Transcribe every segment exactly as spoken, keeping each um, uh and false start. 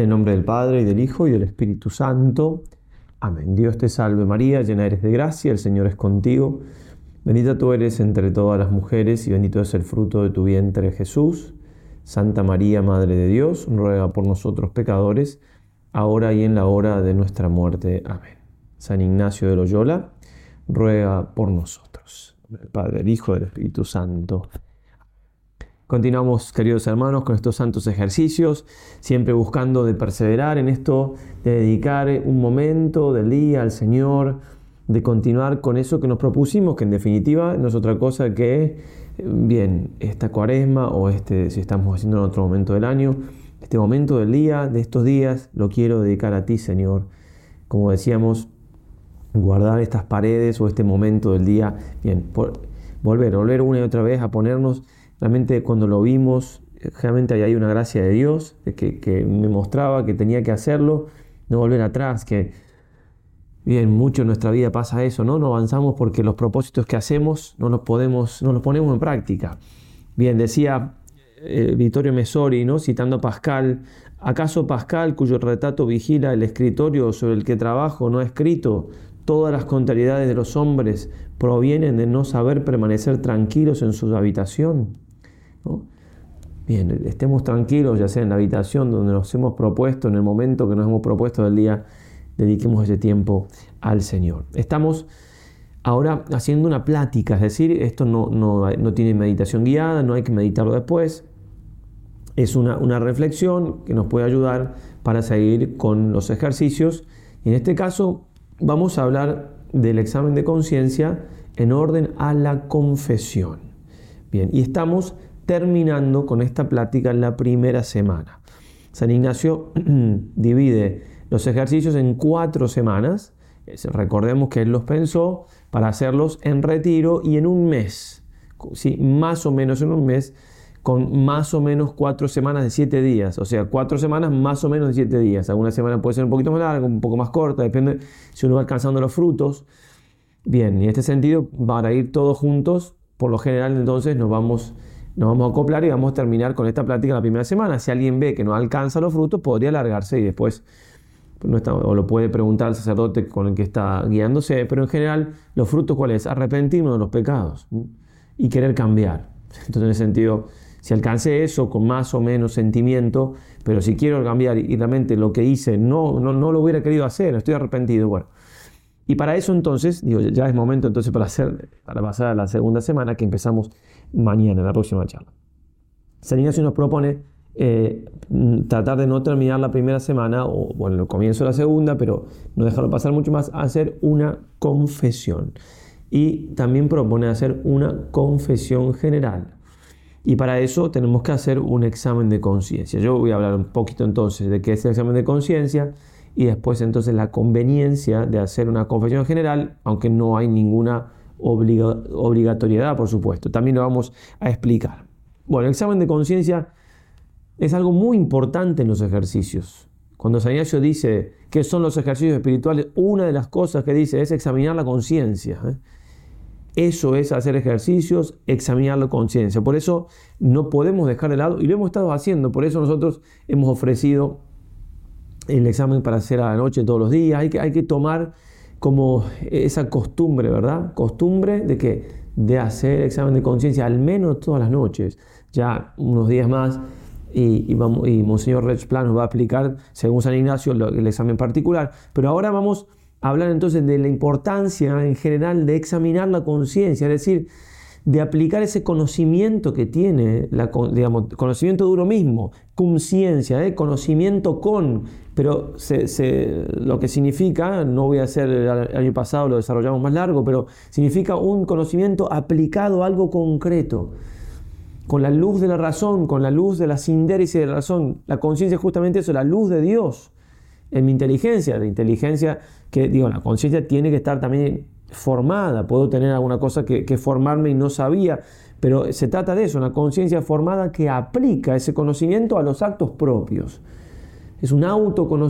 el nombre del Padre, y del Hijo, y del Espíritu Santo. Amén. Dios te salve María, llena eres de gracia, el Señor es contigo. Bendita tú eres entre todas las mujeres, y bendito es el fruto de tu vientre, Jesús. Santa María, Madre de Dios, ruega por nosotros pecadores, ahora y en la hora de nuestra muerte. Amén. San Ignacio de Loyola, ruega por nosotros. El Padre, el Hijo, del Espíritu Santo. Continuamos, queridos hermanos, con estos santos ejercicios, siempre buscando de perseverar en esto, de dedicar un momento del día al Señor, de continuar con eso que nos propusimos, que en definitiva no es otra cosa que, bien, esta cuaresma o este, si estamos haciendo en otro momento del año, este momento del día, de estos días, lo quiero dedicar a ti, Señor. Como decíamos, guardar estas paredes o este momento del día, bien, por, volver, volver una y otra vez a ponernos. Realmente cuando lo vimos, realmente ahí hay una gracia de Dios de que, que me mostraba que tenía que hacerlo, no volver atrás, que bien, mucho en nuestra vida pasa eso, ¿no? No avanzamos porque los propósitos que hacemos no los podemos, no los ponemos en práctica. Bien, decía eh, Vittorio Messori, ¿no? Citando a Pascal: ¿acaso Pascal, cuyo retrato vigila el escritorio sobre el que trabajo, no ha escrito: todas las contrariedades de los hombres provienen de no saber permanecer tranquilos en su habitación? ¿No? Bien, estemos tranquilos, ya sea en la habitación donde nos hemos propuesto, en el momento que nos hemos propuesto del día, dediquemos ese tiempo al Señor. Estamos ahora haciendo una plática, es decir, esto no, no, no tiene meditación guiada, no hay que meditarlo después. Es una, una reflexión que nos puede ayudar para seguir con los ejercicios. Y en este caso vamos a hablar del examen de conciencia en orden a la confesión. Bien, y estamos terminando con esta plática en la primera semana. San Ignacio divide los ejercicios en cuatro semanas. Recordemos que él los pensó para hacerlos en retiro y en un mes. Sí, más o menos en un mes, con más o menos cuatro semanas de siete días. O sea, cuatro semanas más o menos de siete días. Alguna semana puede ser un poquito más larga, un poco más corta, depende si uno va alcanzando los frutos. Bien, y en este sentido, para ir todos juntos, por lo general entonces nos vamos, nos vamos a acoplar y vamos a terminar con esta plática en la primera semana. Si alguien ve que no alcanza los frutos, podría alargarse y después no está, o lo puede preguntar al sacerdote con el que está guiándose, pero en general, ¿los frutos cuáles? Arrepentirnos de los pecados y querer cambiar. Entonces, en ese sentido, si alcancé eso con más o menos sentimiento, pero si quiero cambiar y realmente lo que hice no, no, no lo hubiera querido hacer, estoy arrepentido, bueno. Y para eso entonces, digo, ya es momento entonces para, hacer, para pasar a la segunda semana que empezamos mañana, en la próxima charla. San Ignacio nos propone eh, tratar de no terminar la primera semana, o bueno, el comienzo de la segunda, pero no dejarlo pasar mucho más, hacer una confesión. Y también propone hacer una confesión general. Y para eso tenemos que hacer un examen de conciencia. Yo voy a hablar un poquito entonces de qué es el examen de conciencia y después entonces la conveniencia de hacer una confesión general, aunque no hay ninguna obliga- obligatoriedad, por supuesto. También lo vamos a explicar. Bueno, el examen de conciencia es algo muy importante en los ejercicios. Cuando San Ignacio dice qué son los ejercicios espirituales, una de las cosas que dice es examinar la conciencia, ¿eh? Eso es hacer ejercicios, examinar la conciencia. Por eso no podemos dejar de lado, y lo hemos estado haciendo, por eso nosotros hemos ofrecido el examen para hacer a la noche todos los días. Hay que, hay que tomar como esa costumbre, ¿verdad? Costumbre de que de hacer examen de conciencia al menos todas las noches. Ya unos días más y, y, vamos, y Monseñor Rechplan nos va a explicar, según San Ignacio, lo, el examen particular. Pero ahora vamos hablar entonces de la importancia en general de examinar la conciencia, es decir, de aplicar ese conocimiento que tiene, la, digamos, conocimiento de uno mismo, conciencia, ¿eh? Conocimiento con, pero se, se, lo que significa, no voy a hacer, el año pasado lo desarrollamos más largo, pero significa un conocimiento aplicado a algo concreto, con la luz de la razón, con la luz de la sindéresis de la razón. La conciencia es justamente eso, la luz de Dios en mi inteligencia, la inteligencia que, digo, la conciencia tiene que estar también formada. Puedo tener alguna cosa que, que formarme y no sabía, pero se trata de eso, una conciencia formada que aplica ese conocimiento a los actos propios. Es un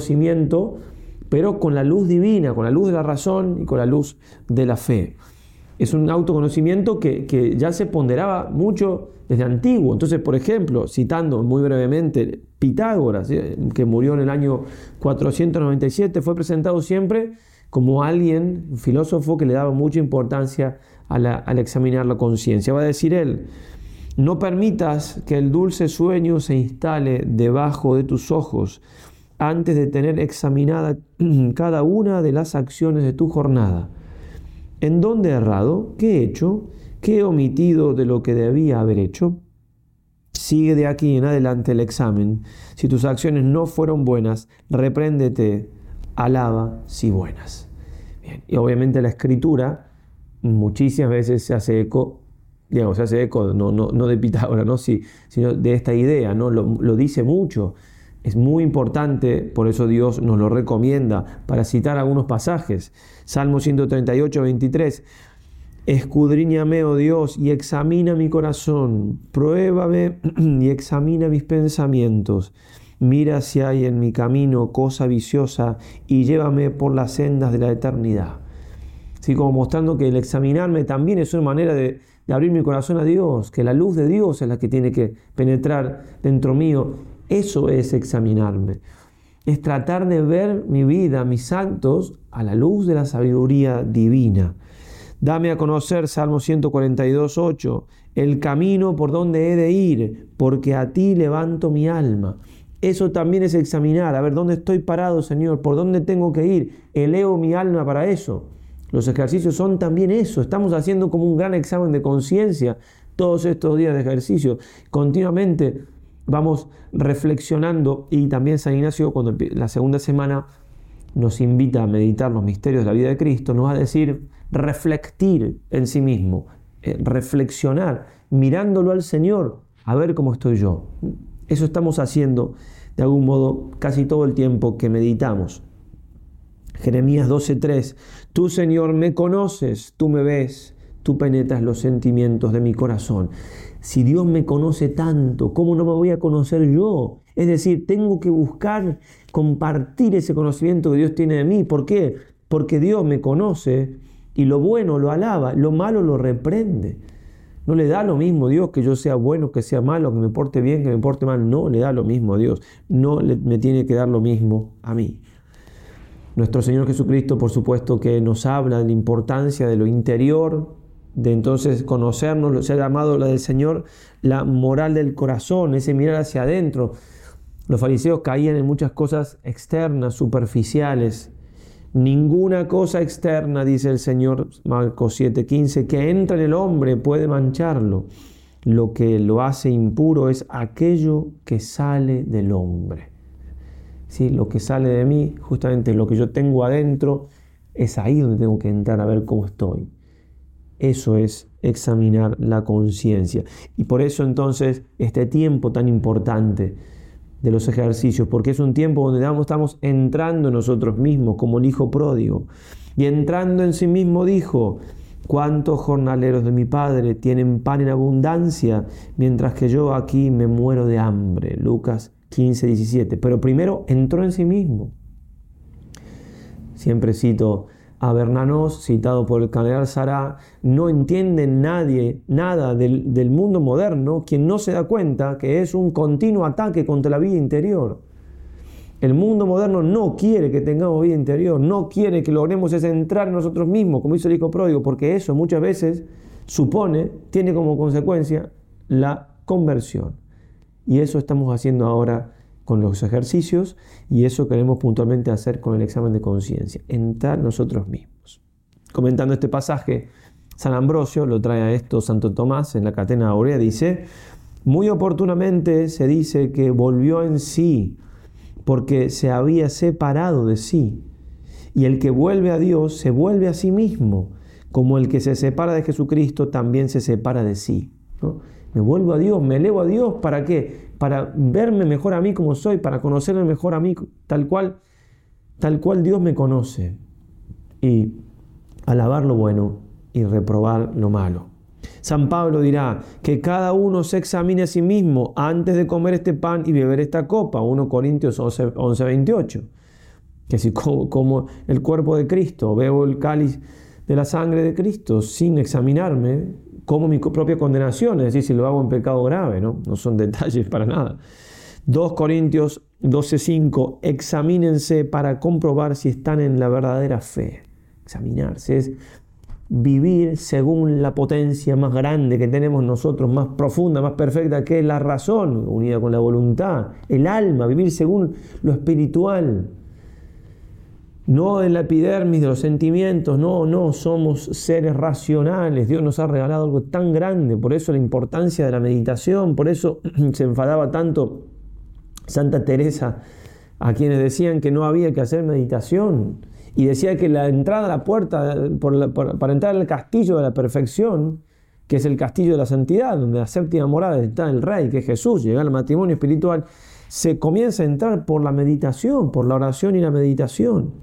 autoconocimiento, pero con la luz divina, con la luz de la razón y con la luz de la fe. Es un autoconocimiento que, que ya se ponderaba mucho desde antiguo. Entonces, por ejemplo, citando muy brevemente Pitágoras, ¿sí?, que murió en el año cuatrocientos noventa y siete, fue presentado siempre como alguien, un filósofo que le daba mucha importancia a la, al examinar la conciencia. Va a decir él: no permitas que el dulce sueño se instale debajo de tus ojos antes de tener examinada cada una de las acciones de tu jornada. ¿En dónde he errado? ¿Qué he hecho? ¿Qué he omitido de lo que debía haber hecho? Sigue de aquí en adelante el examen. Si tus acciones no fueron buenas, repréndete, alaba si buenas. Bien. Y obviamente la Escritura muchísimas veces se hace eco, digamos, se hace eco no, no, no de Pitágoras, ¿no?, sí, sino de esta idea, ¿no? Lo, lo dice mucho. Es muy importante, por eso Dios nos lo recomienda, para citar algunos pasajes. Salmo ciento treinta y ocho, veintitrés. Escudriñame, oh Dios, y examina mi corazón. Pruébame y examina mis pensamientos. Mira si hay en mi camino cosa viciosa y llévame por las sendas de la eternidad. Así como mostrando que el examinarme también es una manera de, de abrir mi corazón a Dios, que la luz de Dios es la que tiene que penetrar dentro mío. Eso es examinarme. Es tratar de ver mi vida, mis actos, a la luz de la sabiduría divina. Dame a conocer, Salmo ciento cuarenta y dos, ocho, el camino por donde he de ir, porque a ti levanto mi alma. Eso también es examinar, a ver dónde estoy parado, Señor, por dónde tengo que ir. Elevo mi alma para eso. Los ejercicios son también eso. Estamos haciendo como un gran examen de conciencia todos estos días de ejercicio. Continuamente vamos reflexionando, y también San Ignacio, cuando la segunda semana nos invita a meditar los misterios de la vida de Cristo, nos va a decir reflectir en sí mismo, eh, reflexionar, mirándolo al Señor, a ver cómo estoy yo. Eso estamos haciendo de algún modo casi todo el tiempo que meditamos. Jeremías doce, tres. Tú, Señor, me conoces, tú me ves, tú penetras los sentimientos de mi corazón. Si Dios me conoce tanto, ¿cómo no me voy a conocer yo? Es decir, tengo que buscar compartir ese conocimiento que Dios tiene de mí. ¿Por qué? Porque Dios me conoce y lo bueno lo alaba, lo malo lo reprende. No le da lo mismo a Dios que yo sea bueno, que sea malo, que me porte bien, que me porte mal. No le da lo mismo a Dios. No le, me tiene que dar lo mismo a mí. Nuestro Señor Jesucristo, por supuesto, que nos habla de la importancia de lo interior, de entonces conocernos, se ha llamado la del Señor la moral del corazón, ese mirar hacia adentro. Los fariseos caían en muchas cosas externas, superficiales. Ninguna cosa externa, dice el Señor, Marcos siete, quince, que entra en el hombre puede mancharlo. Lo que lo hace impuro es aquello que sale del hombre. Sí, lo que sale de mí, justamente lo que yo tengo adentro, es ahí donde tengo que entrar a ver cómo estoy. Eso es examinar la conciencia. Y por eso entonces este tiempo tan importante de los ejercicios, porque es un tiempo donde estamos entrando en nosotros mismos, como el hijo pródigo. Y entrando en sí mismo dijo: ¿cuántos jornaleros de mi padre tienen pan en abundancia, mientras que yo aquí me muero de hambre? Lucas quince, diecisiete. Pero primero entró en sí mismo. Siempre cito a Bernanos, citado por el cardenal Sará: no entiende nadie nada del, del mundo moderno quien no se da cuenta que es un continuo ataque contra la vida interior. El mundo moderno no quiere que tengamos vida interior, no quiere que logremos es entrar en nosotros mismos, como hizo el hijo pródigo, porque eso muchas veces supone, tiene como consecuencia la conversión. Y eso estamos haciendo ahora con los ejercicios, y eso queremos puntualmente hacer con el examen de conciencia, entrar nosotros mismos. Comentando este pasaje, San Ambrosio lo trae a esto Santo Tomás en la Catena Aurea, dice: muy oportunamente se dice que volvió en sí, porque se había separado de sí, y el que vuelve a Dios se vuelve a sí mismo, como el que se separa de Jesucristo también se separa de sí, ¿no? Me vuelvo a Dios, me elevo a Dios, ¿para qué? Para verme mejor a mí como soy, para conocerme mejor a mí tal cual, tal cual Dios me conoce, y alabar lo bueno y reprobar lo malo. San Pablo dirá que cada uno se examine a sí mismo antes de comer este pan y beber esta copa, primera Corintios once, veintiocho. Que si como, como el cuerpo de Cristo, bebo el cáliz de la sangre de Cristo sin examinarme como mi propia condenación, es decir, si lo hago en pecado grave, ¿no? No son detalles para nada. dos Corintios doce cinco, examínense para comprobar si están en la verdadera fe. Examinarse es vivir según la potencia más grande que tenemos nosotros, más profunda, más perfecta, que es la razón, unida con la voluntad, el alma, vivir según lo espiritual. No en la epidermis de los sentimientos, no, no, somos seres racionales. Dios nos ha regalado algo tan grande, por eso la importancia de la meditación, por eso se enfadaba tanto Santa Teresa a quienes decían que no había que hacer meditación, y decía que la entrada a la puerta por la, por, para entrar al castillo de la perfección, que es el castillo de la santidad, donde la séptima morada está el Rey, que es Jesús, llegar al matrimonio espiritual, se comienza a entrar por la meditación, por la oración y la meditación.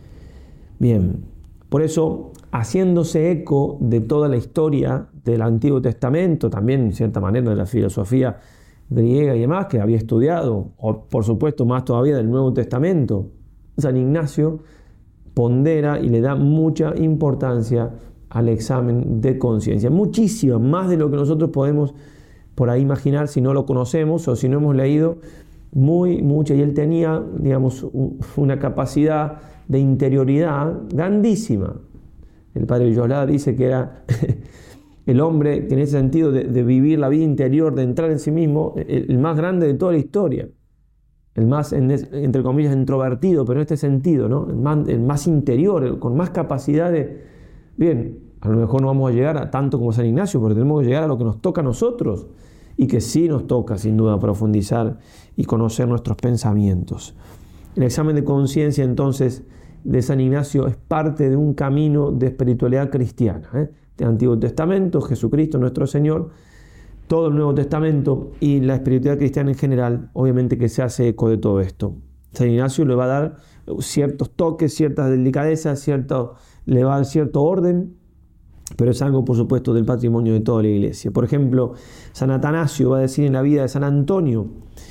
Bien, por eso, haciéndose eco de toda la historia del Antiguo Testamento, también en cierta manera de la filosofía griega y demás, que había estudiado, o por supuesto más todavía del Nuevo Testamento, San Ignacio pondera y le da mucha importancia al examen de conciencia, muchísima, más de lo que nosotros podemos por ahí imaginar si no lo conocemos o si no hemos leído, muy, mucha, y él tenía, digamos, una capacidad de interioridad grandísima. El padre Villolada dice que era el hombre que en ese sentido de, de vivir la vida interior, de entrar en sí mismo, el, el más grande de toda la historia, el más, entre comillas, introvertido, pero en este sentido, ¿no? el, más, el más interior, el, con más capacidad de... Bien, a lo mejor no vamos a llegar a tanto como San Ignacio, pero tenemos que llegar a lo que nos toca a nosotros, y que sí nos toca, sin duda, profundizar y conocer nuestros pensamientos. El examen de conciencia, entonces, de San Ignacio es parte de un camino de espiritualidad cristiana, ¿eh? Del Antiguo Testamento, Jesucristo nuestro Señor, todo el Nuevo Testamento y la espiritualidad cristiana en general, obviamente que se hace eco de todo esto. San Ignacio le va a dar ciertos toques, ciertas delicadezas, cierto, le va a dar cierto orden, pero es algo, por supuesto, del patrimonio de toda la Iglesia. Por ejemplo, San Atanasio va a decir en la vida de San Antonio,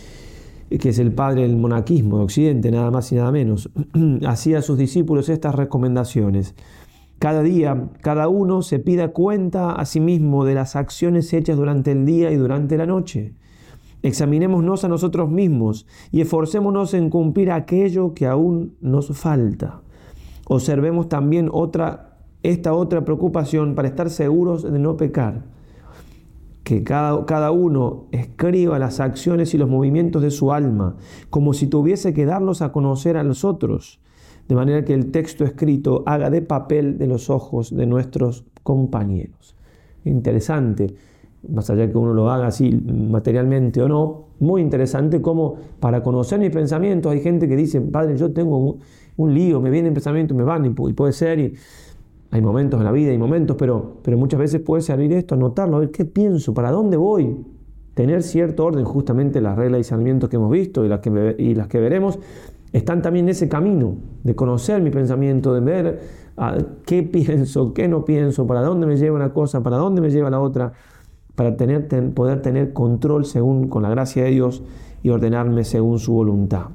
que es el padre del monaquismo de Occidente, nada más y nada menos, hacía a sus discípulos estas recomendaciones. Cada día, cada uno se pida cuenta a sí mismo de las acciones hechas durante el día y durante la noche. Examinémonos a nosotros mismos y esforcémonos en cumplir aquello que aún nos falta. Observemos también otra, esta otra preocupación para estar seguros de no pecar. Que cada, cada uno escriba las acciones y los movimientos de su alma, como si tuviese que darlos a conocer a los otros, de manera que el texto escrito haga de papel de los ojos de nuestros compañeros. Interesante, más allá que uno lo haga así materialmente o no, muy interesante cómo para conocer mis pensamientos hay gente que dice, padre, yo tengo un, un lío, me vienen pensamientos, me van, y, y puede ser, y hay momentos en la vida, hay momentos, pero, pero muchas veces puede servir esto, anotarlo, a ver qué pienso, para dónde voy, tener cierto orden. Justamente las reglas de discernimiento que hemos visto y las que, y las que veremos están también en ese camino de conocer mi pensamiento, de ver ah, qué pienso, qué no pienso, para dónde me lleva una cosa, para dónde me lleva la otra, para tener, ten, poder tener control según, con la gracia de Dios, y ordenarme según su voluntad.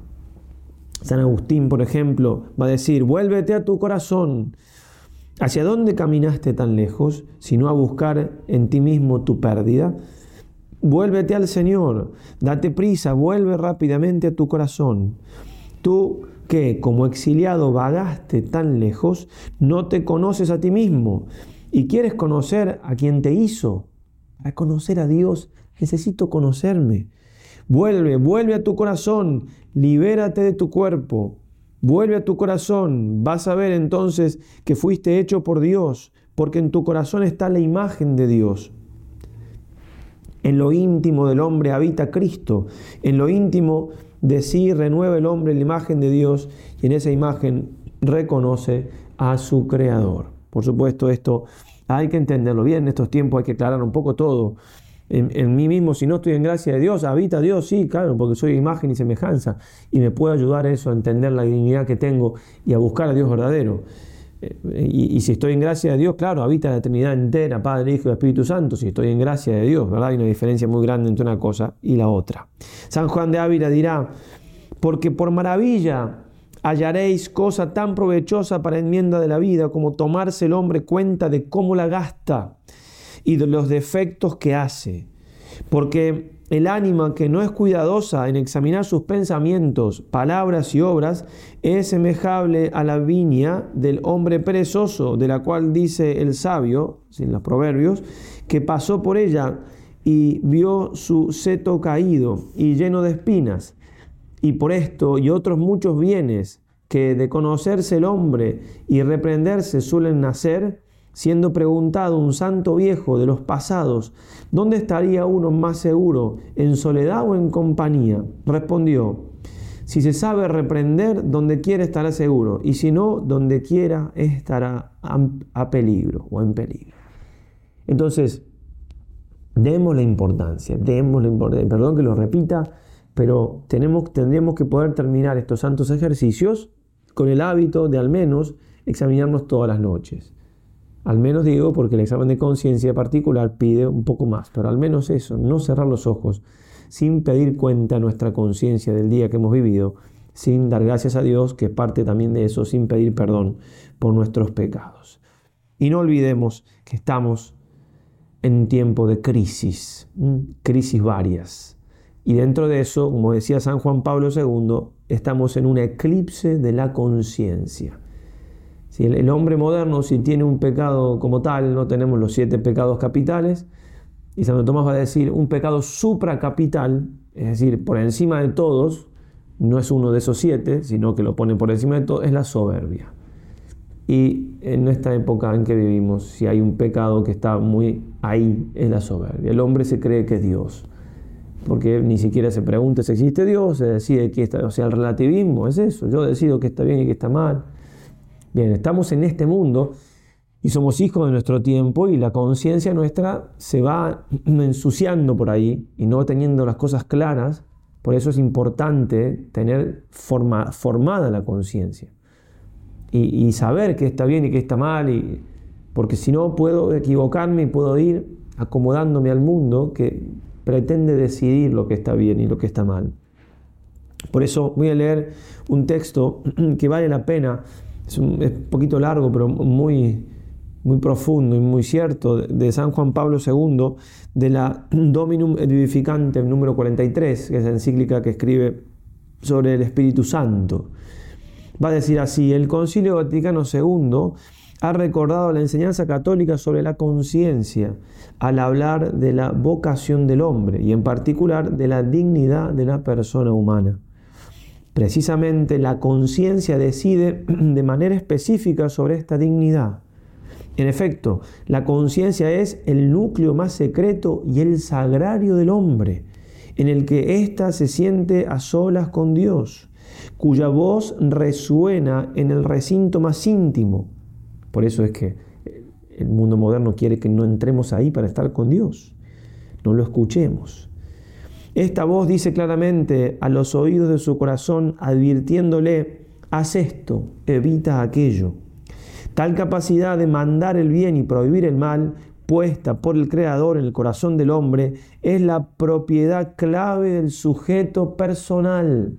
San Agustín, por ejemplo, va a decir, vuélvete a tu corazón. ¿Hacia dónde caminaste tan lejos, sino a buscar en ti mismo tu pérdida? Vuélvete al Señor, date prisa, vuelve rápidamente a tu corazón. Tú que, como exiliado, vagaste tan lejos, no te conoces a ti mismo y quieres conocer a quien te hizo. Para conocer a Dios, necesito conocerme. Vuelve, vuelve a tu corazón, libérate de tu cuerpo. Vuelve a tu corazón, vas a ver entonces que fuiste hecho por Dios, porque en tu corazón está la imagen de Dios. En lo íntimo del hombre habita Cristo, en lo íntimo de sí renueva el hombre la imagen de Dios y en esa imagen reconoce a su Creador. Por supuesto, esto hay que entenderlo bien, en estos tiempos hay que aclarar un poco todo. En, en mí mismo, si no estoy en gracia de Dios, habita Dios, sí, claro, porque soy imagen y semejanza, y me puede ayudar eso a entender la dignidad que tengo y a buscar a Dios verdadero. Eh, y, y si estoy en gracia de Dios, claro, habita la Trinidad entera, Padre, Hijo y Espíritu Santo. Si estoy en gracia de Dios, ¿verdad? Hay una diferencia muy grande entre una cosa y la otra. San Juan de Ávila dirá, porque por maravilla hallaréis cosa tan provechosa para enmienda de la vida como tomarse el hombre cuenta de cómo la gasta y de los defectos que hace. Porque el ánima que no es cuidadosa en examinar sus pensamientos, palabras y obras es semejable a la viña del hombre perezoso, de la cual dice el sabio, en los proverbios, que pasó por ella y vio su seto caído y lleno de espinas. Y por esto y otros muchos bienes que de conocerse el hombre y reprenderse suelen nacer, siendo preguntado un santo viejo de los pasados, ¿dónde estaría uno más seguro, en soledad o en compañía? Respondió, si se sabe reprender, donde quiera estará seguro, y si no, donde quiera estará a peligro o en peligro. Entonces, demos la importancia, demos la importancia, perdón que lo repita, pero tenemos, tendríamos que poder terminar estos santos ejercicios con el hábito de al menos examinarnos todas las noches. Al menos digo porque el examen de conciencia particular pide un poco más, pero al menos eso, no cerrar los ojos sin pedir cuenta a nuestra conciencia del día que hemos vivido, sin dar gracias a Dios, que es parte también de eso, sin pedir perdón por nuestros pecados. Y no olvidemos que estamos en tiempo de crisis, crisis varias. Y dentro de eso, como decía San Juan Pablo segundo, estamos en un eclipse de la conciencia. Si el, el hombre moderno, si tiene un pecado como tal, no tenemos los siete pecados capitales, y Santo Tomás va a decir un pecado supracapital, es decir, por encima de todos, no es uno de esos siete, sino que lo pone por encima de todos, es la soberbia. Y en esta época en que vivimos, si hay un pecado que está muy ahí, es la soberbia. El hombre se cree que es Dios, porque ni siquiera se pregunta si existe Dios, se decide que está, o sea, el relativismo es eso, yo decido que está bien y que está mal. Bien, estamos en este mundo y somos hijos de nuestro tiempo y la conciencia nuestra se va ensuciando por ahí y no teniendo las cosas claras. Por eso es importante tener forma, formada la conciencia y, y saber qué está bien y qué está mal, y, porque si no puedo equivocarme y puedo ir acomodándome al mundo que pretende decidir lo que está bien y lo que está mal. Por eso voy a leer un texto que vale la pena. Es un es poquito largo, pero muy, muy profundo y muy cierto, de San Juan Pablo segundo, de la Dominum et Vivificantem número cuarenta y tres, que es la encíclica que escribe sobre el Espíritu Santo. Va a decir así: el Concilio Vaticano segundo ha recordado la enseñanza católica sobre la conciencia al hablar de la vocación del hombre y en particular de la dignidad de la persona humana. Precisamente la conciencia decide de manera específica sobre esta dignidad. En efecto, la conciencia es el núcleo más secreto y el sagrario del hombre, en el que ésta se siente a solas con Dios, cuya voz resuena en el recinto más íntimo. Por eso es que el mundo moderno quiere que no entremos ahí para estar con Dios, no lo escuchemos. Esta voz dice claramente a los oídos de su corazón, advirtiéndole: haz esto, evita aquello. Tal capacidad de mandar el bien y prohibir el mal, puesta por el Creador en el corazón del hombre, es la propiedad clave del sujeto personal.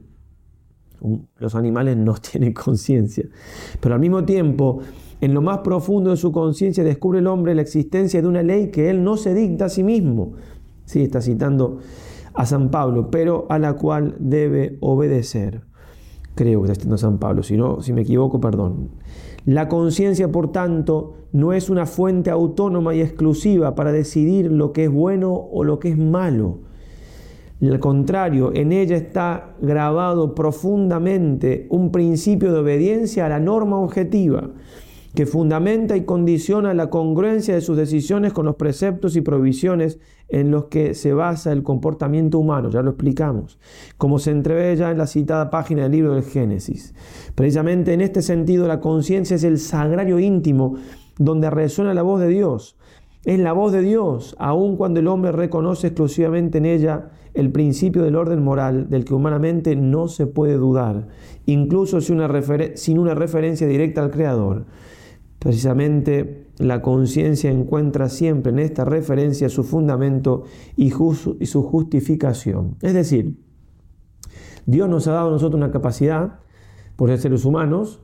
Los animales no tienen conciencia, pero al mismo tiempo, en lo más profundo de su conciencia, descubre el hombre la existencia de una ley que él no se dicta a sí mismo. Sí, está citando a San Pablo, pero a la cual debe obedecer. Creo que está citando a San Pablo, si no, si me equivoco, perdón. La conciencia, por tanto, no es una fuente autónoma y exclusiva para decidir lo que es bueno o lo que es malo. Al contrario, en ella está grabado profundamente un principio de obediencia a la norma objetiva, que fundamenta y condiciona la congruencia de sus decisiones con los preceptos y provisiones en los que se basa el comportamiento humano. Ya lo explicamos, como se entrevé ya en la citada página del libro del Génesis. Precisamente en este sentido, la conciencia es el sagrario íntimo donde resuena la voz de Dios. Es la voz de Dios, aun cuando el hombre reconoce exclusivamente en ella el principio del orden moral, del que humanamente no se puede dudar, incluso sin una, refer- sin una referencia directa al Creador. Precisamente la conciencia encuentra siempre en esta referencia su fundamento y, just- y su justificación. Es decir, Dios nos ha dado a nosotros una capacidad por ser seres humanos,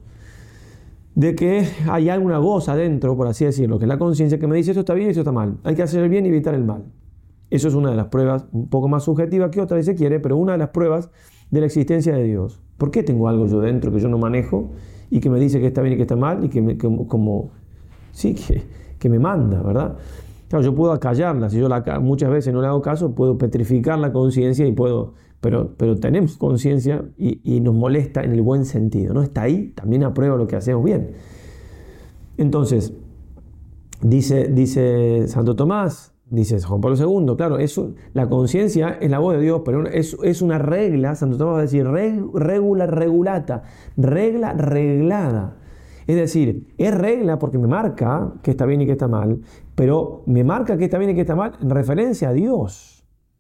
de que hay alguna voz adentro, por así decirlo, que es la conciencia que me dice esto está bien y esto está mal. Hay que hacer el bien y evitar el mal. Eso es una de las pruebas, un poco más subjetiva que otra, si se quiere, pero una de las pruebas de la existencia de Dios. ¿Por qué tengo algo yo dentro que yo no manejo y que me dice que está bien y que está mal y que me, que, como, sí, que, que me manda, ¿verdad? Claro, yo puedo acallarla, si yo la, muchas veces no le hago caso, puedo petrificar la conciencia y puedo, pero, pero tenemos conciencia y, y nos molesta en el buen sentido, ¿no? Está ahí, también aprueba lo que hacemos bien. Entonces, dice, dice Santo Tomás, dice Juan Pablo segundo, claro, eso, la conciencia es la voz de Dios, pero es, es una regla, Santo Tomás va a decir, reg, regula regulata, regla reglada. Es decir, es regla porque me marca que está bien y que está mal, pero me marca que está bien y que está mal en referencia a Dios.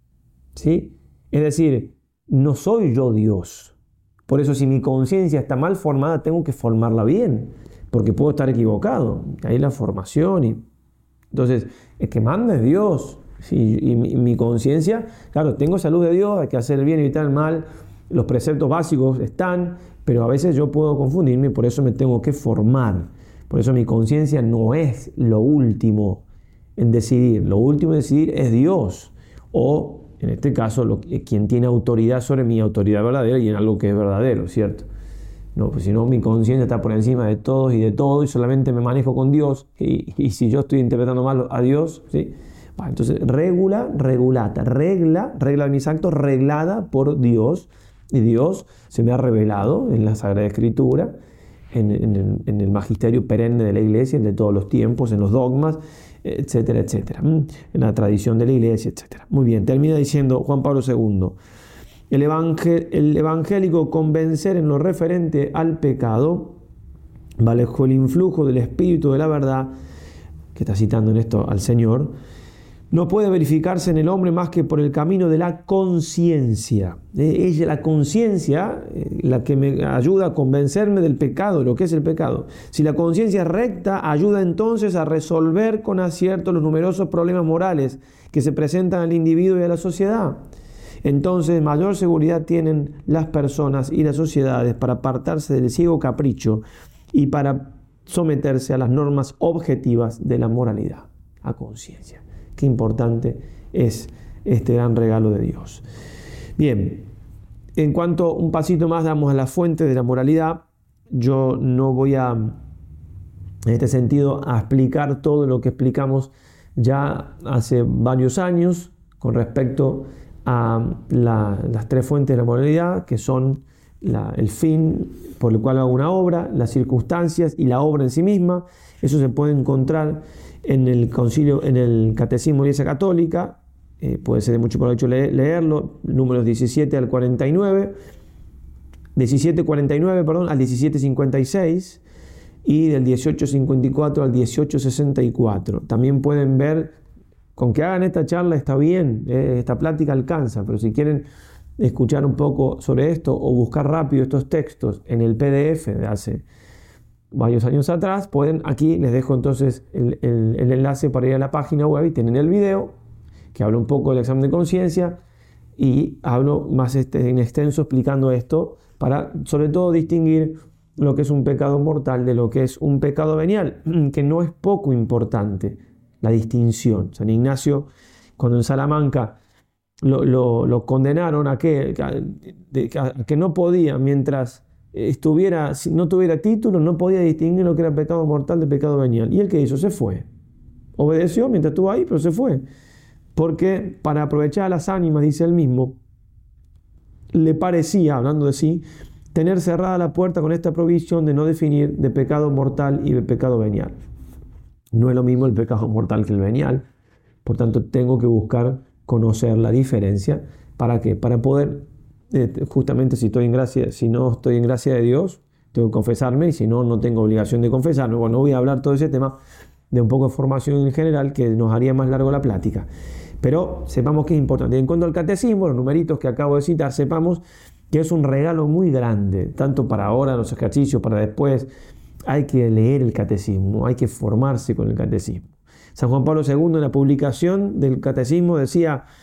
¿Sí? Es decir, no soy yo Dios. Por eso si mi conciencia está mal formada, tengo que formarla bien, porque puedo estar equivocado. Ahí la formación. Y... Entonces, el que manda es Dios. ¿Sí? Y mi, mi conciencia, claro, tengo esa luz de Dios, hay que hacer el bien y evitar el mal. Los preceptos básicos están, pero a veces yo puedo confundirme y por eso me tengo que formar. Por eso mi conciencia no es lo último en decidir. Lo último en decidir es Dios. O, en este caso, lo, quien tiene autoridad sobre mi autoridad verdadera y en algo que es verdadero, ¿cierto? No, pues si no, mi conciencia está por encima de todos y de todo y solamente me manejo con Dios. Y, y si yo estoy interpretando mal a Dios, ¿sí? Bueno, entonces, regula, regulata. Regla, regla de mis actos, reglada por Dios. Y Dios se me ha revelado en la Sagrada Escritura, en, en, el, en el magisterio perenne de la Iglesia, en de todos los tiempos, en los dogmas, etcétera, etcétera, en la tradición de la Iglesia, etcétera. Muy bien, termina diciendo Juan Pablo segundo, el, evangel, el evangélico convencer en lo referente al pecado, bajo el influjo del Espíritu de la verdad, que está citando en esto al Señor, no puede verificarse en el hombre más que por el camino de la conciencia. Es la conciencia la que me ayuda a convencerme del pecado, lo que es el pecado. Si la conciencia es recta, ayuda entonces a resolver con acierto los numerosos problemas morales que se presentan al individuo y a la sociedad. Entonces, mayor seguridad tienen las personas y las sociedades para apartarse del ciego capricho y para someterse a las normas objetivas de la moralidad, a conciencia. Qué importante es este gran regalo de Dios. Bien, en cuanto un pasito más damos a la fuente de la moralidad, yo no voy a, en este sentido, a explicar todo lo que explicamos ya hace varios años con respecto a la, las tres fuentes de la moralidad, que son la, el fin por el cual hago una obra, las circunstancias y la obra en sí misma. Eso se puede encontrar en el concilio, en el Catecismo de la Iglesia Católica, eh, puede ser de mucho provecho le leerlo, números diecisiete al cuarenta y nueve, diecisiete cuarenta y nueve, perdón, al diecisiete cincuenta y seis y del dieciocho cincuenta y cuatro al dieciocho sesenta y cuatro. También pueden ver, con que hagan esta charla está bien, eh, esta plática alcanza, pero si quieren escuchar un poco sobre esto o buscar rápido estos textos en el P D F de hace varios años atrás, pueden, aquí les dejo entonces el, el, el enlace para ir a la página web y tienen el video que habla un poco del examen de conciencia y hablo más este, en extenso explicando esto para sobre todo distinguir lo que es un pecado mortal de lo que es un pecado venial, que no es poco importante la distinción. San Ignacio, cuando en Salamanca lo, lo, lo condenaron a que, a, a que no podía, mientras estuviera, si no tuviera título, no podía distinguir lo que era pecado mortal de pecado venial. ¿Y él qué hizo? Se fue. Obedeció mientras estuvo ahí, pero se fue. Porque para aprovechar a las ánimas, dice él mismo, le parecía, hablando de sí, tener cerrada la puerta con esta provisión de no definir de pecado mortal y de pecado venial. No es lo mismo el pecado mortal que el venial. Por tanto, tengo que buscar conocer la diferencia. ¿Para qué? Para poder, eh, justamente si estoy en gracia, si no estoy en gracia de Dios, tengo que confesarme, y si no, no tengo obligación de confesarme. Bueno, no voy a hablar todo ese tema de un poco de formación en general, que nos haría más largo la plática. Pero sepamos que es importante. En cuanto al catecismo, los numeritos que acabo de citar, sepamos que es un regalo muy grande, tanto para ahora, los ejercicios, para después. Hay que leer el catecismo, hay que formarse con el catecismo. San Juan Pablo segundo, en la publicación del catecismo, decía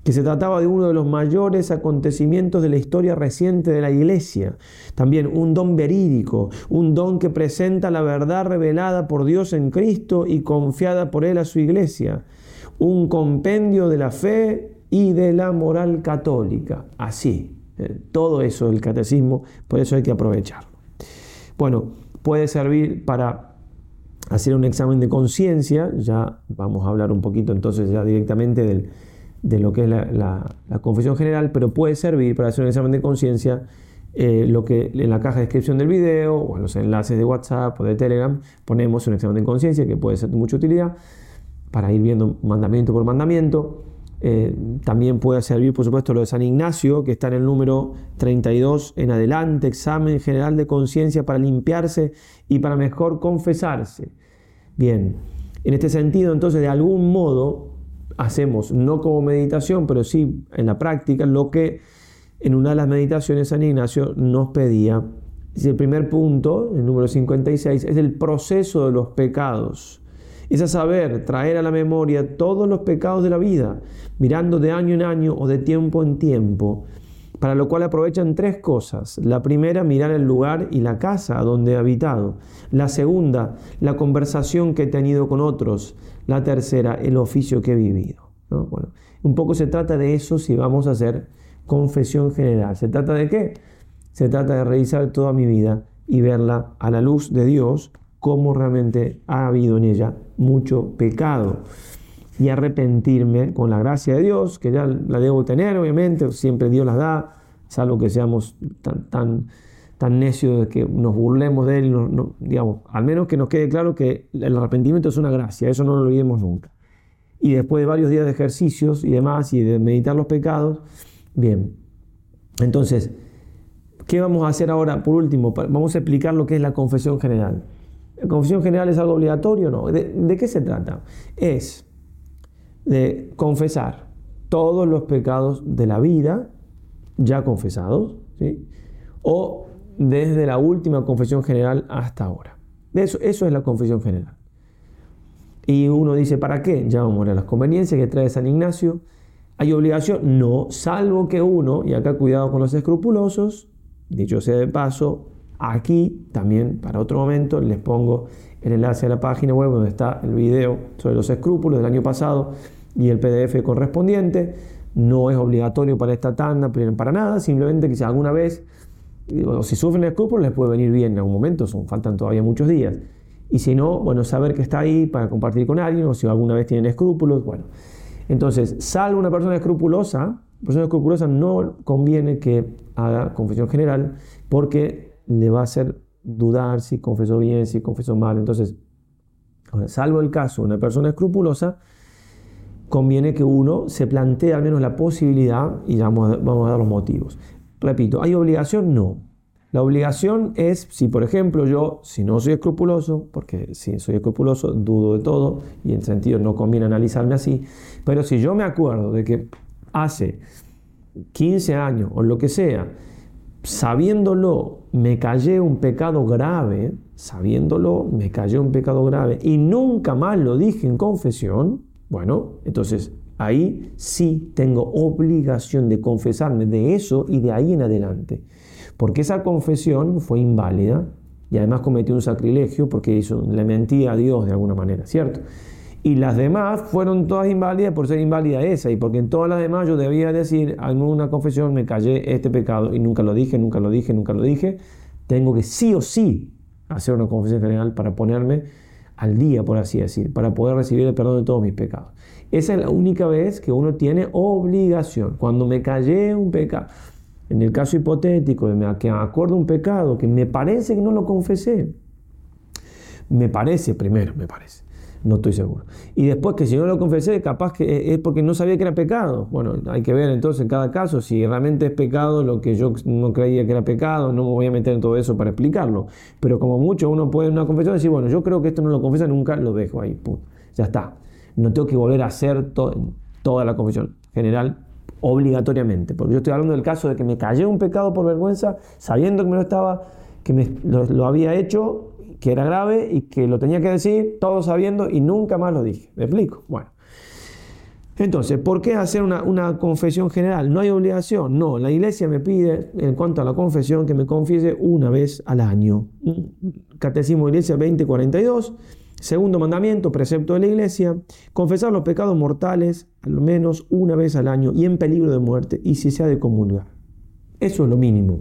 que se trataba de uno de los mayores acontecimientos de la historia reciente de la Iglesia. También un don verídico, un don que presenta la verdad revelada por Dios en Cristo y confiada por Él a su Iglesia. Un compendio de la fe y de la moral católica. Así, eh, todo eso del catecismo, por eso hay que aprovecharlo. Bueno, puede servir para hacer un examen de conciencia. Ya vamos a hablar un poquito entonces ya directamente del de lo que es la, la, la confesión general, pero puede servir para hacer un examen de conciencia eh, lo que en la caja de descripción del video o en los enlaces de WhatsApp o de Telegram ponemos un examen de conciencia que puede ser de mucha utilidad para ir viendo mandamiento por mandamiento. Eh, también puede servir, por supuesto, lo de San Ignacio, que está en el número treinta y dos en adelante, examen general de conciencia para limpiarse y para mejor confesarse. Bien, en este sentido, entonces, de algún modo, hacemos, no como meditación, pero sí en la práctica, lo que en una de las meditaciones San Ignacio nos pedía. El primer punto, el número cincuenta y seis, es el proceso de los pecados. Es a saber, traer a la memoria todos los pecados de la vida, mirando de año en año o de tiempo en tiempo, para lo cual aprovechan tres cosas. La primera, mirar el lugar y la casa donde he habitado. La segunda, la conversación que he tenido con otros. La tercera, el oficio que he vivido, ¿no? Bueno, un poco se trata de eso si vamos a hacer confesión general. ¿Se trata de qué? Se trata de revisar toda mi vida y verla a la luz de Dios, cómo realmente ha habido en ella mucho pecado. Y arrepentirme con la gracia de Dios, que ya la debo tener, obviamente, siempre Dios las da, salvo que seamos tan, tan, tan necios de que nos burlemos de Él, no, no, digamos, al menos que nos quede claro que el arrepentimiento es una gracia, eso no lo olvidemos nunca. Y después de varios días de ejercicios y demás, y de meditar los pecados, bien, entonces, ¿qué vamos a hacer ahora? Por último, vamos a explicar lo que es la confesión general. ¿La confesión general es algo obligatorio o no? ¿De, de qué se trata? Es de confesar todos los pecados de la vida ya confesados, ¿sí? O desde la última confesión general hasta ahora. Eso, eso es la confesión general. Y uno dice, ¿para qué? Ya vamos a ver las conveniencias que trae San Ignacio. ¿Hay obligación? No, salvo que uno, y acá cuidado con los escrupulosos, dicho sea de paso, aquí también para otro momento les pongo el enlace a la página web donde está el video sobre los escrúpulos del año pasado y el P D F correspondiente. No es obligatorio para esta tanda, pero para nada, simplemente que si alguna vez, o si sufren escrúpulos, les puede venir bien en algún momento, son, faltan todavía muchos días. Y si no, bueno, saber que está ahí para compartir con alguien, o si alguna vez tienen escrúpulos, bueno. Entonces, salvo una persona escrupulosa, persona escrupulosa no conviene que haga confesión general, porque le va a hacer dudar si confesó bien, si confesó mal. Entonces, ahora, salvo el caso de una persona escrupulosa, conviene que uno se plantee al menos la posibilidad y ya vamos a, vamos a dar los motivos. Repito, ¿hay obligación? No. La obligación es, si por ejemplo yo, si no soy escrupuloso, porque si soy escrupuloso dudo de todo y en sentido no conviene analizarme así, pero si yo me acuerdo de que hace quince años o lo que sea, sabiéndolo me callé un pecado grave, sabiéndolo me callé un pecado grave y nunca más lo dije en confesión, bueno, entonces ahí sí tengo obligación de confesarme de eso y de ahí en adelante. Porque esa confesión fue inválida y además cometió un sacrilegio porque hizo, le mentía a Dios de alguna manera, ¿cierto? Y las demás fueron todas inválidas por ser inválida esa y porque en todas las demás yo debía decir en una confesión me callé este pecado y nunca lo dije, nunca lo dije, nunca lo dije. Tengo que sí o sí hacer una confesión general para ponerme al día, por así decir, para poder recibir el perdón de todos mis pecados. Esa es la única vez que uno tiene obligación. Cuando me callé un pecado, en el caso hipotético de que me acuerdo un pecado que me parece que no lo confesé, me parece primero, me parece, no estoy seguro. Y después que si no lo confesé, capaz que es porque no sabía que era pecado. Bueno, hay que ver entonces en cada caso si realmente es pecado lo que yo no creía que era pecado. No me voy a meter en todo eso para explicarlo. Pero como mucho uno puede en una confesión decir, bueno, yo creo que esto no lo confesa, nunca lo dejo ahí. Pum, ya está. No tengo que volver a hacer to- toda la confesión general obligatoriamente. Porque yo estoy hablando del caso de que me callé un pecado por vergüenza, sabiendo que me lo estaba, que me, lo, lo había hecho, que era grave y que lo tenía que decir, todo sabiendo y nunca más lo dije. ¿Me explico? Bueno. Entonces, ¿por qué hacer una, una confesión general? No hay obligación. No, la iglesia me pide, en cuanto a la confesión, que me confiese una vez al año. Catecismo de Iglesia veinte cuarenta y dos. Segundo mandamiento, precepto de la iglesia, confesar los pecados mortales al menos una vez al año y en peligro de muerte, y si se ha de comulgar. Eso es lo mínimo.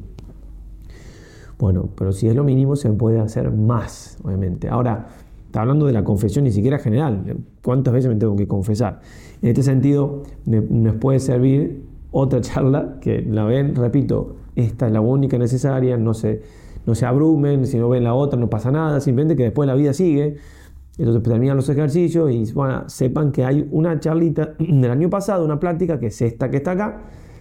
Bueno, pero si es lo mínimo se puede hacer más, obviamente. Ahora, está hablando de la confesión ni siquiera general. ¿Cuántas veces me tengo que confesar? En este sentido, me, nos puede servir otra charla que la ven, repito, esta es la única necesaria, no se, no se abrumen, si no ven la otra no pasa nada, simplemente que después la vida sigue. Entonces terminan los ejercicios y bueno, sepan que hay una charlita del año pasado, una plática que es esta que está acá,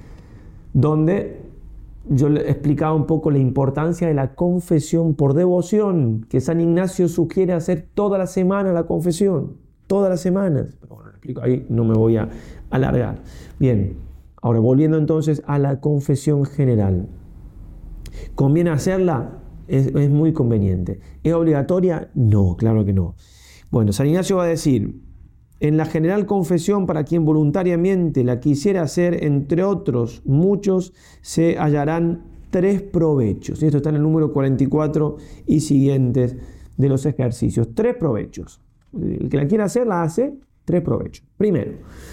donde yo le explicaba un poco la importancia de la confesión por devoción, que San Ignacio sugiere hacer toda la semana la confesión, todas las semanas. Pero bueno, lo explico ahí, no me voy a alargar. Bien, ahora volviendo entonces a la confesión general. ¿Conviene hacerla? Es, es muy conveniente. ¿Es obligatoria? No, claro que no. Bueno, San Ignacio va a decir, en la general confesión para quien voluntariamente la quisiera hacer, entre otros muchos, se hallarán tres provechos. Esto está en el número cuarenta y cuatro y siguientes de los ejercicios. Tres provechos. El que la quiera hacer, la hace, tres provechos. Primero,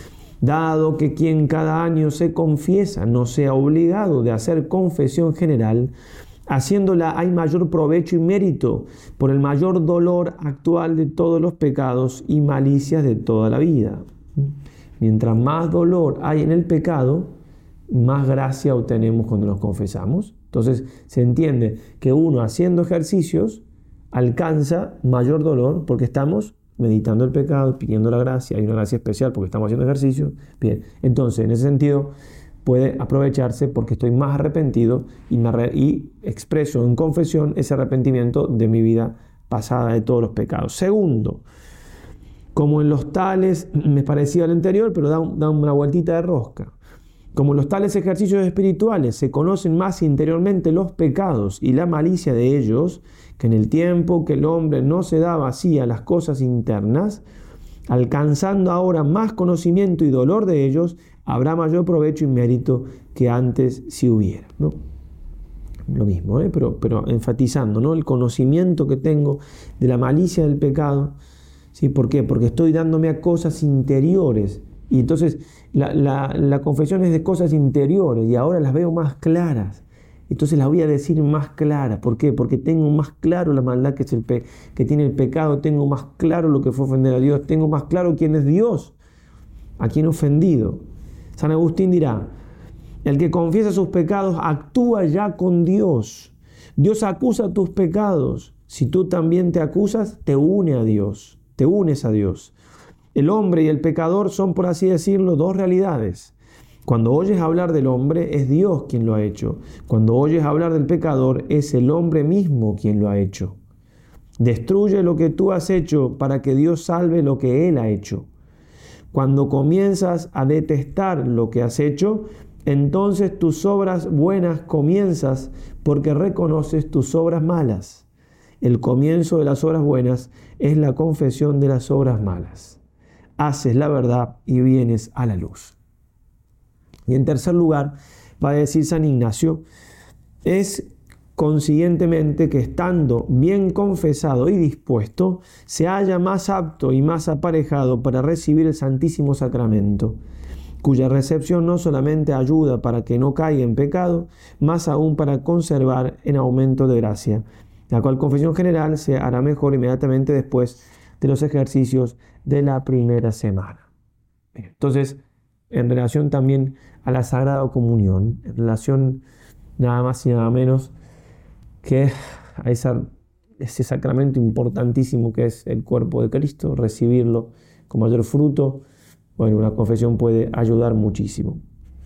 dado que quien cada año se confiesa no sea obligado de hacer confesión general, haciéndola hay mayor provecho y mérito por el mayor dolor actual de todos los pecados y malicias de toda la vida. Mientras más dolor hay en el pecado, más gracia obtenemos cuando nos confesamos. Entonces se entiende que uno haciendo ejercicios alcanza mayor dolor porque estamos meditando el pecado, pidiendo la gracia. Hay una gracia especial porque estamos haciendo ejercicio. Bien, entonces en ese sentido puede aprovecharse porque estoy más arrepentido y, me arre- y expreso en confesión ese arrepentimiento de mi vida pasada, de todos los pecados. Segundo, como en los tales, me parecía al anterior, pero da, un, da una vueltita de rosca. Como en los tales ejercicios espirituales se conocen más interiormente los pecados y la malicia de ellos, que en el tiempo que el hombre no se daba así a las cosas internas, alcanzando ahora más conocimiento y dolor de ellos, habrá mayor provecho y mérito que antes si hubiera, ¿no? Lo mismo, ¿eh? pero, pero enfatizando, ¿no? El conocimiento que tengo de la malicia del pecado. ¿Sí? ¿Por qué? Porque estoy dándome a cosas interiores. Y entonces la, la, la confesión es de cosas interiores y ahora las veo más claras. Entonces las voy a decir más claras. ¿Por qué? Porque tengo más claro la maldad que, es el pe- que tiene el pecado, tengo más claro lo que fue ofender a Dios, tengo más claro quién es Dios, a quién he ofendido. San Agustín dirá, el que confiesa sus pecados actúa ya con Dios. Dios acusa tus pecados. Si tú también te acusas, te une a Dios, te unes a Dios. El hombre y el pecador son, por así decirlo, dos realidades. Cuando oyes hablar del hombre, es Dios quien lo ha hecho. Cuando oyes hablar del pecador, es el hombre mismo quien lo ha hecho. Destruye lo que tú has hecho para que Dios salve lo que Él ha hecho. Cuando comienzas a detestar lo que has hecho, entonces tus obras buenas comienzas porque reconoces tus obras malas. El comienzo de las obras buenas es la confesión de las obras malas. Haces la verdad y vienes a la luz. Y en tercer lugar, va a decir San Ignacio, es consiguientemente que estando bien confesado y dispuesto, se halla más apto y más aparejado para recibir el Santísimo Sacramento, cuya recepción no solamente ayuda para que no caiga en pecado, más aún para conservar en aumento de gracia, la cual confesión general se hará mejor inmediatamente después de los ejercicios de la primera semana. Entonces, en relación también a la Sagrada Comunión, en relación nada más y nada menos que a esa, ese sacramento importantísimo que es el cuerpo de Cristo, recibirlo con mayor fruto, bueno, una confesión puede ayudar muchísimo.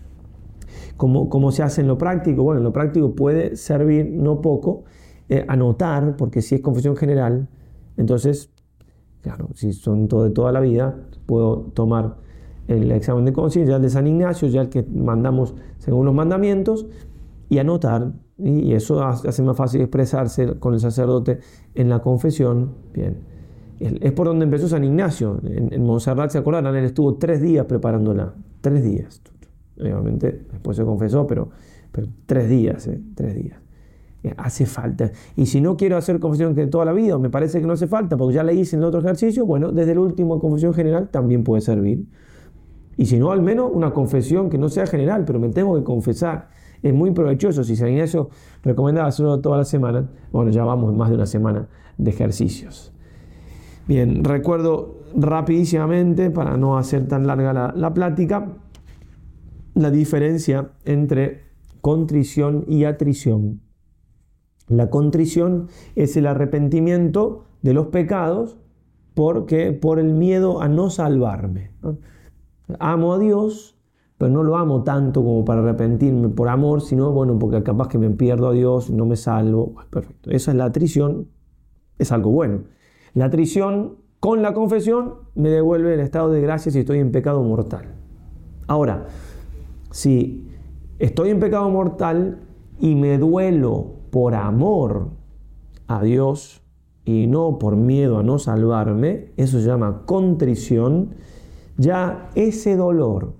¿Cómo, cómo se hace en lo práctico? Bueno, en lo práctico puede servir no poco eh, anotar, porque si es confesión general, entonces, claro, si son todo de toda la vida, puedo tomar el examen de conciencia, ya el de San Ignacio, ya el que mandamos según los mandamientos, y anotar, y eso hace más fácil expresarse con el sacerdote en la confesión. Bien, Es por donde empezó San Ignacio. En, en Montserrat, ¿se acordarán? Él estuvo tres días preparándola. Tres días. Obviamente, después se confesó, pero, pero tres días, ¿eh? Tres días. Eh, hace falta. Y si no quiero hacer confesión de toda la vida, o me parece que no hace falta, porque ya la hice en el otro ejercicio, bueno, desde el último confesión general también puede servir. Y si no, al menos una confesión que no sea general, pero me tengo que confesar. Es muy provechoso. Si San Ignacio recomendaba hacerlo toda la semana, bueno, ya vamos más de una semana de ejercicios. Bien, recuerdo rapidísimamente, para no hacer tan larga la, la plática, la diferencia entre contrición y atrición. La contrición es el arrepentimiento de los pecados porque, por el miedo a no salvarme, ¿no? Amo a Dios, pero no lo amo tanto como para arrepentirme por amor, sino, bueno, porque capaz que me pierdo a Dios, no me salvo. Perfecto. Esa es la atrición, es algo bueno. La atrición con la confesión me devuelve el estado de gracia si estoy en pecado mortal. Ahora, si estoy en pecado mortal y me duelo por amor a Dios y no por miedo a no salvarme, eso se llama contrición. Ya ese dolor,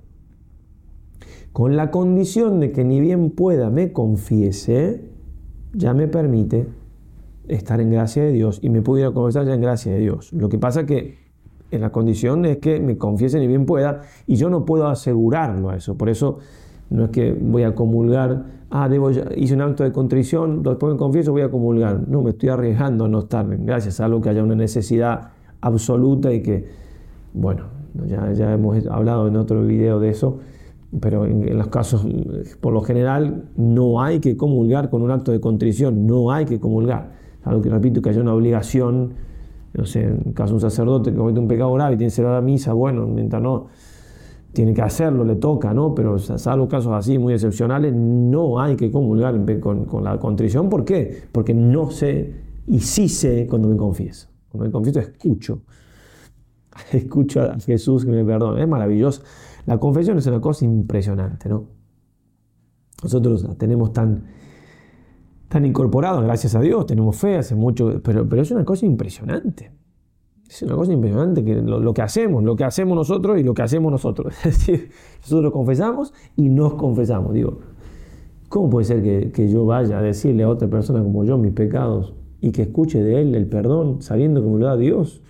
con la condición de que ni bien pueda me confiese, ya me permite estar en gracia de Dios y me puedo ir a confesar ya en gracia de Dios. Lo que pasa que en la condición es que me confiese ni bien pueda y yo no puedo asegurarlo a eso. Por eso no es que voy a comulgar, ah, debo, hice un acto de contrición, después me confieso, voy a comulgar. No, me estoy arriesgando a no estar en gracia, salvo que haya una necesidad absoluta y que, bueno, ya, ya hemos hablado en otro video de eso, pero en, en los casos, por lo general, no hay que comulgar con un acto de contrición, no hay que comulgar. Algo que repito, que haya una obligación, no sé, en caso de un sacerdote que comete un pecado grave y tiene que celebrar misa, bueno, mientras no, tiene que hacerlo, le toca, ¿no? Pero salvo casos así muy excepcionales, no hay que comulgar con, con la contrición. ¿Por qué? Porque no sé y sí sé cuando me confieso. Cuando me confieso escucho. Escucho a Jesús que me perdone. Es maravilloso. La confesión es una cosa impresionante, ¿no? Nosotros la tenemos tan, tan incorporada, gracias a Dios, tenemos fe hace mucho, pero, pero es una cosa impresionante. Es una cosa impresionante que lo, lo que hacemos, lo que hacemos nosotros y lo que hacemos nosotros. Es decir, nosotros confesamos y nos confesamos. Digo, ¿cómo puede ser que, que yo vaya a decirle a otra persona como yo mis pecados y que escuche de él el perdón sabiendo que me lo da Dios?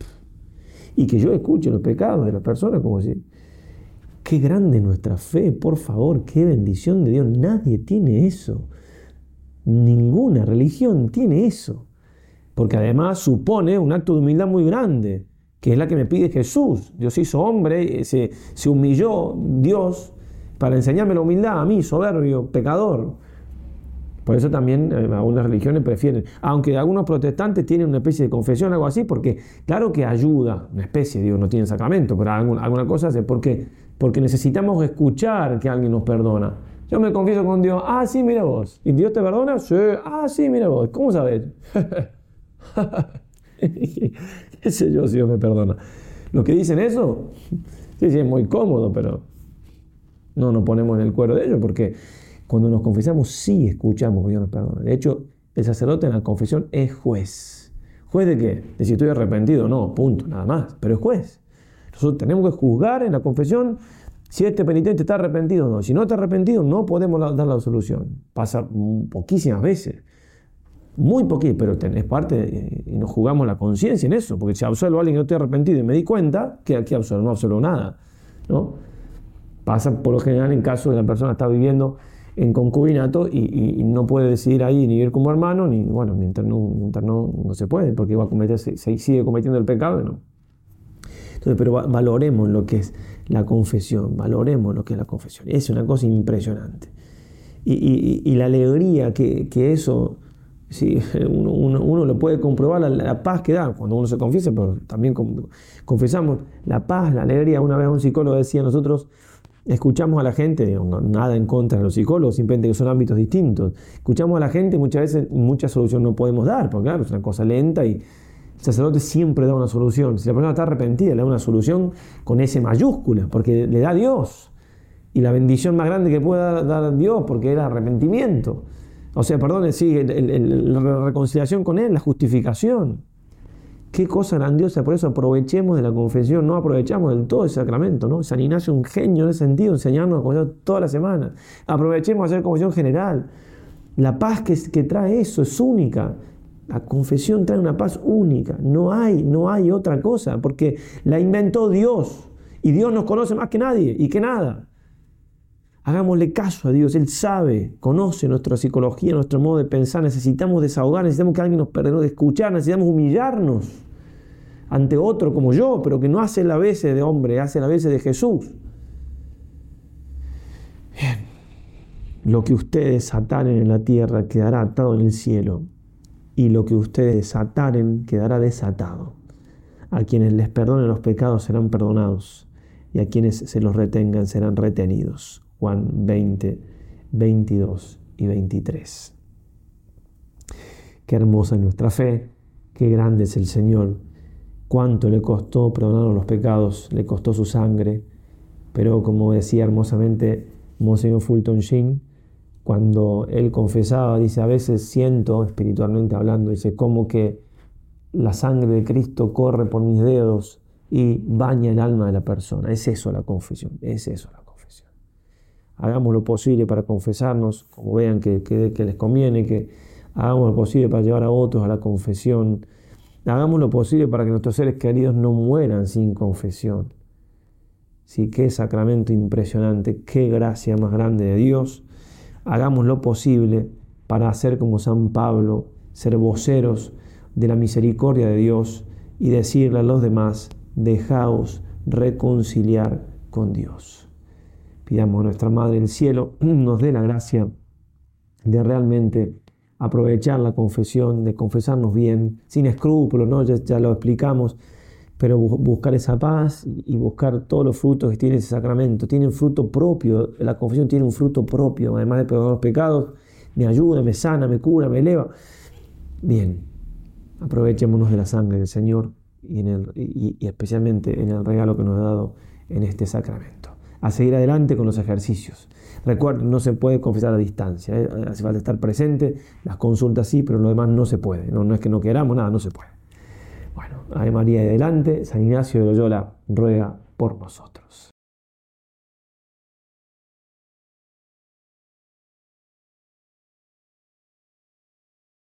Y que yo escuche los pecados de la persona como si... Qué grande nuestra fe, por favor, qué bendición de Dios. Nadie tiene eso. Ninguna religión tiene eso. Porque además supone un acto de humildad muy grande, que es la que me pide Jesús. Dios se hizo hombre, se, se humilló Dios para enseñarme la humildad a mí, soberbio, pecador. Por eso también eh, algunas religiones prefieren, aunque algunos protestantes tienen una especie de confesión, algo así, porque claro que ayuda, una especie, digo, no tienen sacramento, pero alguna, alguna cosa hace, porque, porque necesitamos escuchar que alguien nos perdona. Yo me confieso con Dios, ah, sí, mira vos. ¿Y Dios te perdona? Sí, ah, sí, mira vos. ¿Cómo sabes? ¿Qué sé yo si Dios me perdona? ¿Los que dicen eso? Sí, sí, es muy cómodo, pero no nos ponemos en el cuero de ellos, porque cuando nos confesamos sí escuchamos que Dios nos perdona. De hecho, el sacerdote en la confesión es juez. ¿Juez de qué? De si estoy arrepentido. No, punto, nada más. Pero es juez. Nosotros tenemos que juzgar en la confesión si este penitente está arrepentido o no. Si no está arrepentido, no podemos dar la absolución. Pasa poquísimas veces. Muy poquito, pero es parte de, y nos jugamos la conciencia en eso, porque si absuelvo a alguien que no estoy arrepentido y me di cuenta que aquí absuelvo, no absuelvo nada, ¿no? Pasa por lo general en caso de que la persona está viviendo en concubinato y, y, y no puede decidir ahí ni vivir como hermano, ni, bueno, mientras no, mientras no, no se puede, porque va a cometer, se, se sigue cometiendo el pecado, ¿no? Entonces, pero va, valoremos lo que es la confesión, valoremos lo que es la confesión. Es una cosa impresionante. Y, y, y la alegría que, que eso... Sí, uno, uno, uno lo puede comprobar, la, la paz que da cuando uno se confiesa, pero también confesamos la paz, la alegría. Una vez un psicólogo decía, nosotros escuchamos a la gente, no, nada en contra de los psicólogos, simplemente que son ámbitos distintos. Escuchamos a la gente, muchas veces mucha solución no podemos dar, porque claro, es una cosa lenta y el sacerdote siempre da una solución. Si la persona está arrepentida, le da una solución con S mayúscula, porque le da Dios. Y la bendición más grande que pueda dar Dios, porque era arrepentimiento. O sea, perdón, sí, el, el, el, la reconciliación con Él, la justificación. Qué cosa grandiosa, por eso aprovechemos de la confesión, no aprovechamos del todo el sacramento, ¿no? San Ignacio es un genio en ese sentido, enseñarnos a confesar toda la semana. Aprovechemos de hacer confesión general. La paz que, que trae eso es única. La confesión trae una paz única. No hay, no hay otra cosa, porque la inventó Dios. Y Dios nos conoce más que nadie y que nada. Hagámosle caso a Dios. Él sabe, conoce nuestra psicología, nuestro modo de pensar. Necesitamos desahogar, necesitamos que alguien nos perdone de escuchar, necesitamos humillarnos ante otro como yo, pero que no hace la veces de hombre, hace la veces de Jesús. Bien. Lo que ustedes ataren en la tierra quedará atado en el cielo, y lo que ustedes desataren quedará desatado. A quienes les perdonen los pecados serán perdonados, y a quienes se los retengan serán retenidos. Juan veinte, veintidós y veintitrés. Qué hermosa es nuestra fe, qué grande es el Señor, cuánto le costó perdonarnos los pecados, le costó su sangre, pero como decía hermosamente Monseñor Fulton Sheen, cuando él confesaba, dice, a veces siento, espiritualmente hablando, dice, como que la sangre de Cristo corre por mis dedos y baña el alma de la persona. Es eso la confesión, es eso la confesión. Hagamos lo posible para confesarnos, como vean que, que, que les conviene, que hagamos lo posible para llevar a otros a la confesión. Hagamos lo posible para que nuestros seres queridos no mueran sin confesión. Sí, qué sacramento impresionante, qué gracia más grande de Dios. Hagamos lo posible para hacer como San Pablo, ser voceros de la misericordia de Dios y decirle a los demás, dejaos reconciliar con Dios. Pidamos a nuestra Madre del Cielo nos dé la gracia de realmente aprovechar la confesión, de confesarnos bien, sin escrúpulos, ¿no? Ya, ya lo explicamos, pero buscar esa paz y buscar todos los frutos que tiene ese sacramento. Tiene un fruto propio, la confesión tiene un fruto propio, además de perdonar los pecados, me ayuda, me sana, me cura, me eleva. Bien, aprovechémonos de la sangre del Señor y, en el, y, y especialmente en el regalo que nos ha dado en este sacramento. A seguir adelante con los ejercicios. Recuerden, no se puede confesar a distancia, ¿eh? Hace falta estar presente, las consultas sí, pero lo demás no se puede. No, no es que no queramos, nada, no se puede. Bueno, Ave María adelante, San Ignacio de Loyola ruega por nosotros.